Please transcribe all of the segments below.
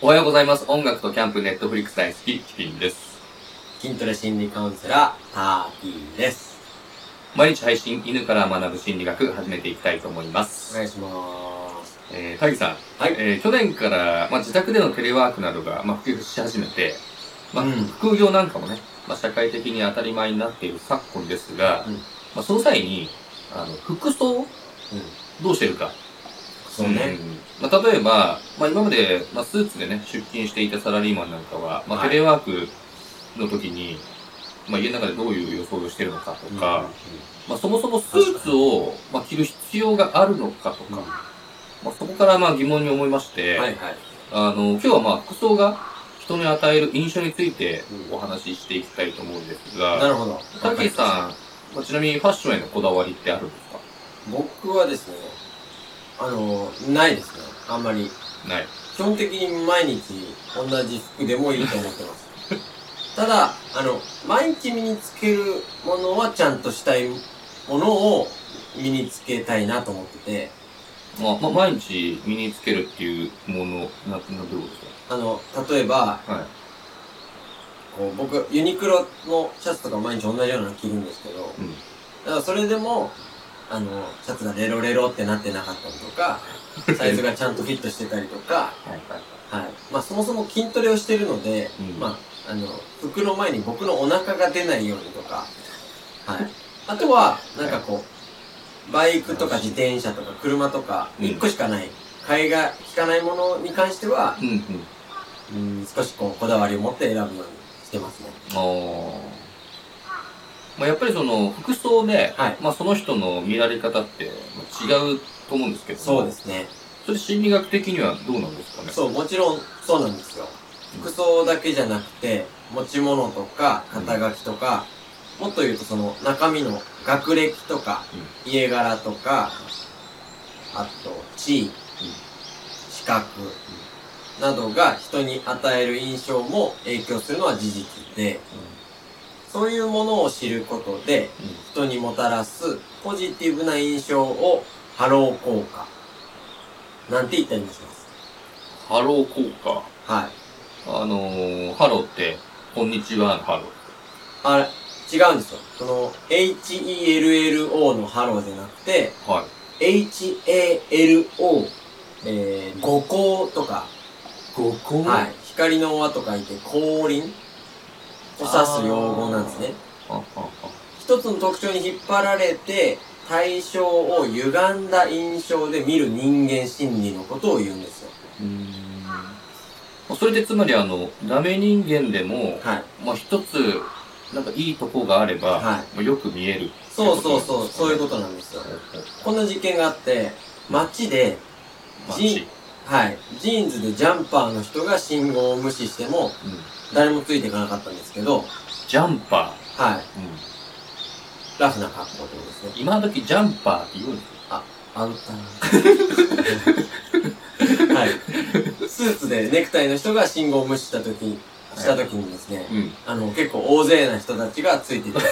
おはようございます。音楽とキャンプ、ネットフリックス大好き、キピンです。 筋トレ心理カウンセラー、ターキーです。 毎日配信、犬から学ぶ心理学、始めていきたいと思います。 お願いします。 タギさん。 はい。 去年から、自宅でのテレワークなどが、普及し始めて、副業なんかもね、社会的に当たり前になっている昨今ですが、その際に、服装、どうしてるか。 そうね。 例えば、今まで、スーツでね、出勤していたサラリーマンなんかは、テレワークの時に、家の中でどういう装いをしてるのかとか、そもそもスーツを、着る必要があるのかとか、そこから疑問に思いまして、今日は服装が人に与える印象についてお話ししていきたいと思うんですが、 なるほど。 タッキーさん、ちなみにファッションへのこだわりってあるんですか？ 僕はですね、ないですね。あんまり。 ない。 基本的に毎日同じ服でもいいと思ってます。ただ、毎日身につけるものはちゃんとしたいものを身につけたいなと思ってて。 毎日身につけるっていうもの、どういうことですか？ 例えば、僕、ユニクロのシャツとか毎日同じようなの着るんですけど、だからそれでも、シャツがレロレロってなってなかったりとか、サイズがちゃんとフィットしてたりとか、そもそも筋トレをしてるので、服の前に僕のお腹が出ないようにとか、あとは、バイクとか自転車とか車とか、1個しかない、替えが利かないものに関しては、少しこだわりを持って選ぶようにしてますね。 やっぱりその服装で、その人の見られ方って違うと思うんですけど、 そうですね。 それ心理学的にはどうなんですかね？ そう、もちろんそうなんですよ。服装だけじゃなくて、持ち物とか、肩書きとか、もっと言うとその中身の学歴とか、家柄とか、あと地位、資格などが人に与える印象も影響するのは事実で、そういうものを知ることで、人にもたらすポジティブな印象をハロー効果なんて言ったりもします。 ハロー効果。ハローって、こんにちはのハロー。違うんですよ。その、HELLO のハローじゃなくて、HALO、五光とか、光の輪と書いて光輪を指す用語なんですね。一つの特徴に引っ張られて、対象を歪んだ印象で見る人間心理のことを言うんですよ。 それでつまりダメ人間でも、一つ、いいとこがあれば、よく見える。 そういうことなんですよ。こんな実験があって、街で、ジーンズでジャンパーの人が信号を無視しても、誰もついていかなかったんですけど、 ジャンパー。 ラフな格好ってことですね。 今時ジャンパーって言うんですか？ アウター。スーツでネクタイの人が信号を無視した時にですね、結構大勢な人たちがついていった。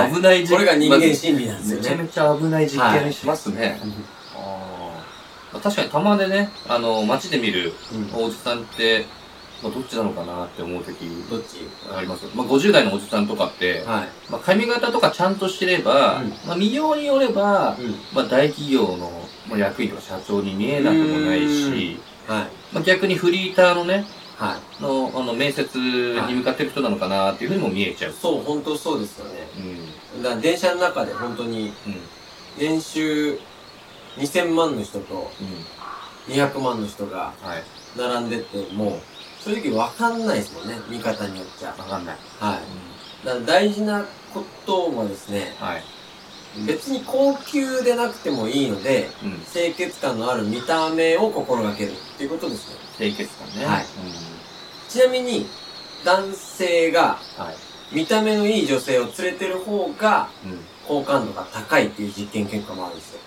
危ない実験。 これが人間心理なんですよね。 めちゃめちゃ危ない実験しますね。確かにたまでね、街で見るおじさんって、どっちなのかなって思う時ありますよ。50代のおじさんとかって、髪型とかちゃんとしてれば、見ようによれば、大企業の役員とか社長に見えなくもないし、逆にフリーターのね、面接に向かってる人なのかなっていうふうにも見えちゃう。 そう、本当そうですよね。だから電車の中で本当に、年収2000万の人と200万の人が並んでても、正直わかんないですもんね、見方によっちゃ。 わかんない。 だから大事なことはですね、別に高級でなくてもいいので、清潔感のある見た目を心がけるっていうことですよ。 清潔感ね。 ちなみに、男性が、見た目のいい女性を連れてる方が、好感度が高いっていう実験結果もあるんですよ。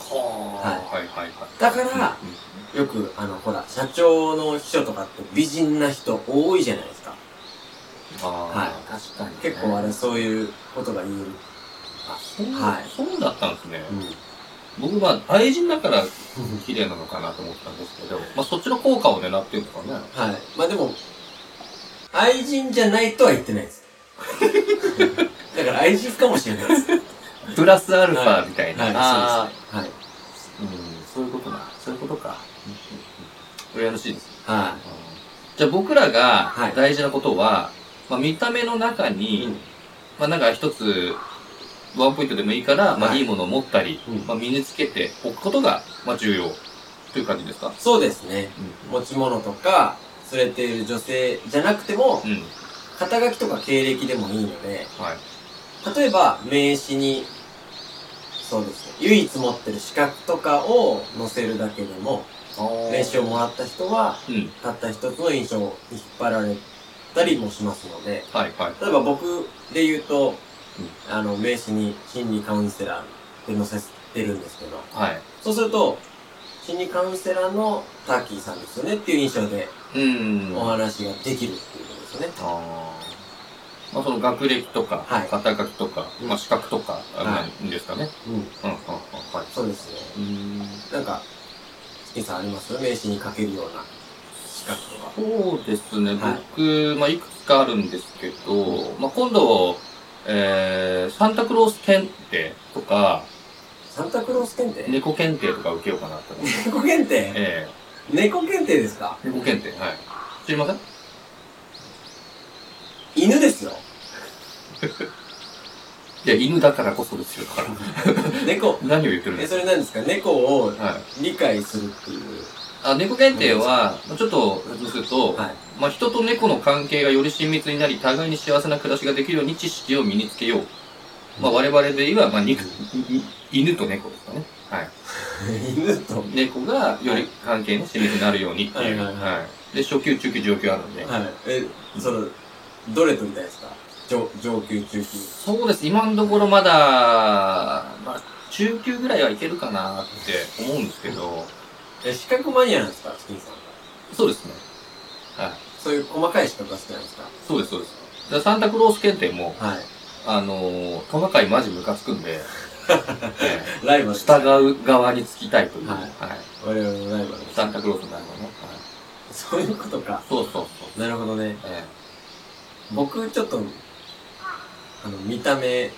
だから、よく、社長の秘書とかって美人な人多いじゃないですか。 確かに。 結構そういうことが言える。 そうだったんですね。 僕は愛人だから綺麗なのかなと思ったんですけど、まあそっちの効果を狙ってるのかね。 はい。まあでも、愛人じゃないとは言ってないです。だから愛人かもしれないです。 プラスアルファみたいな。 はい、 あそうですね。はい。 そういうことな。そういうことか。羨ましいです。 はい。 じゃあ僕らが大事なことは、まあ見た目の中に、まあなんか一つ、ワンポイントでもいいから、まあいいものを持ったり、まあ身につけておくことが、まあ重要という感じですか？ そうですね。持ち物とか、連れている女性じゃなくても、肩書きとか経歴でもいいので、例えば名刺に、そうですね、唯一持ってる資格とかを載せるだけでも、名刺をもらった人は、たった一つの印象に引っ張られたりもしますので、例えば僕で言うと、名刺に心理カウンセラーって載せてるんですけど、そうすると、心理カウンセラーのターキーさんですよねっていう印象で、お話ができるっていうことですよね。 まあその学歴とか、肩書きとか、まあ資格とか、なんですかね。 そうですね。なんか、スキンさんあります？名刺に書けるような資格とか。 そうですね。僕、まあいくつかあるんですけど、まあ今度、サンタクロース検定とか、 サンタクロース検定？ 猫検定とか受けようかなと思って。 猫検定？猫検定ですか？ 猫検定、はい。知りません？ 犬ですよ。 いや、犬だからこそですよ、だから。 猫。 何を言ってるんですか？ それ何ですか？猫を理解するっていう。 猫検定は、ちょっと説明すると、まあ人と猫の関係がより親密になり、互いに幸せな暮らしができるように知識を身につけよう。まあ我々で言えば、まあ犬と猫ですかね。はい。 犬と猫がより関係の親密になるようにっていう。はい。で、初級、中級、上級あるんで。 はい。どれ取りたいですか？上級、中級。 そうです。今のところまだ、まあ、中級ぐらいはいけるかなって思うんですけど。 資格マニアなんですか、スキンさんは？ そうですね。はい。 そういう細かい資格が好きなんですか？ そうです、そうです。サンタクロース検定も、トナカイマジムカつくんで、 ライバル。 従う側につきたいという。 我々のライバル。 サンタクロースのライバルね。 そういうことか。 そうそうそう。 なるほどね。僕、ちょっと、見た目、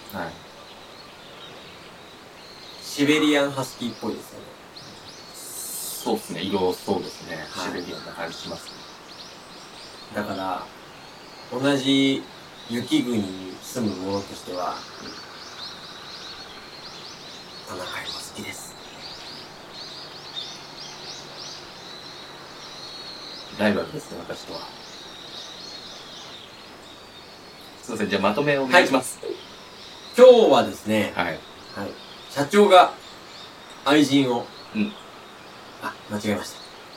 シベリアンハスキーっぽいですよね。 そうですね、色、そうですね。シベリアンな感じしますね。 だから、同じ雪国に住む者としては、トナカイも好きです。 ライバルですね、私とは。すいません、じゃあまとめをお願いします。 今日はですね、社長が愛人を、間違えました。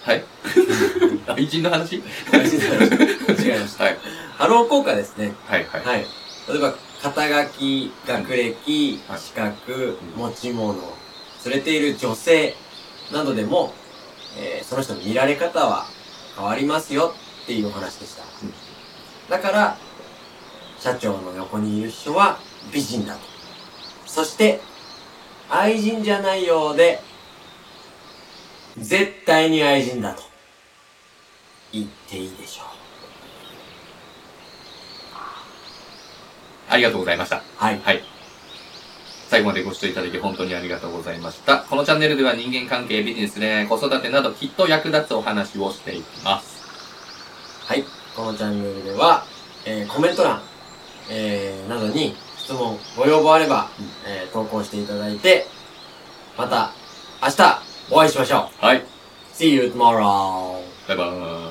はい。愛人の話？ 愛人の話。間違えました。ハロー効果ですね。例えば、肩書き、学歴、資格、持ち物、連れている女性などでも、その人の見られ方は変わりますよっていうお話でした。だから、社長の横にいる人は美人だと。そして、愛人じゃないようで、絶対に愛人だと言っていいでしょう。 ありがとうございました。 はい。 最後までご視聴いただき本当にありがとうございました。このチャンネルでは人間関係、ビジネスで子育てなどきっと役立つお話をしていきます。はい。 このチャンネルでは、コメント欄、などに質問、ご要望あれば、投稿していただいて、また明日お会いしましょう。 はい。 See you tomorrow. バイバーイ。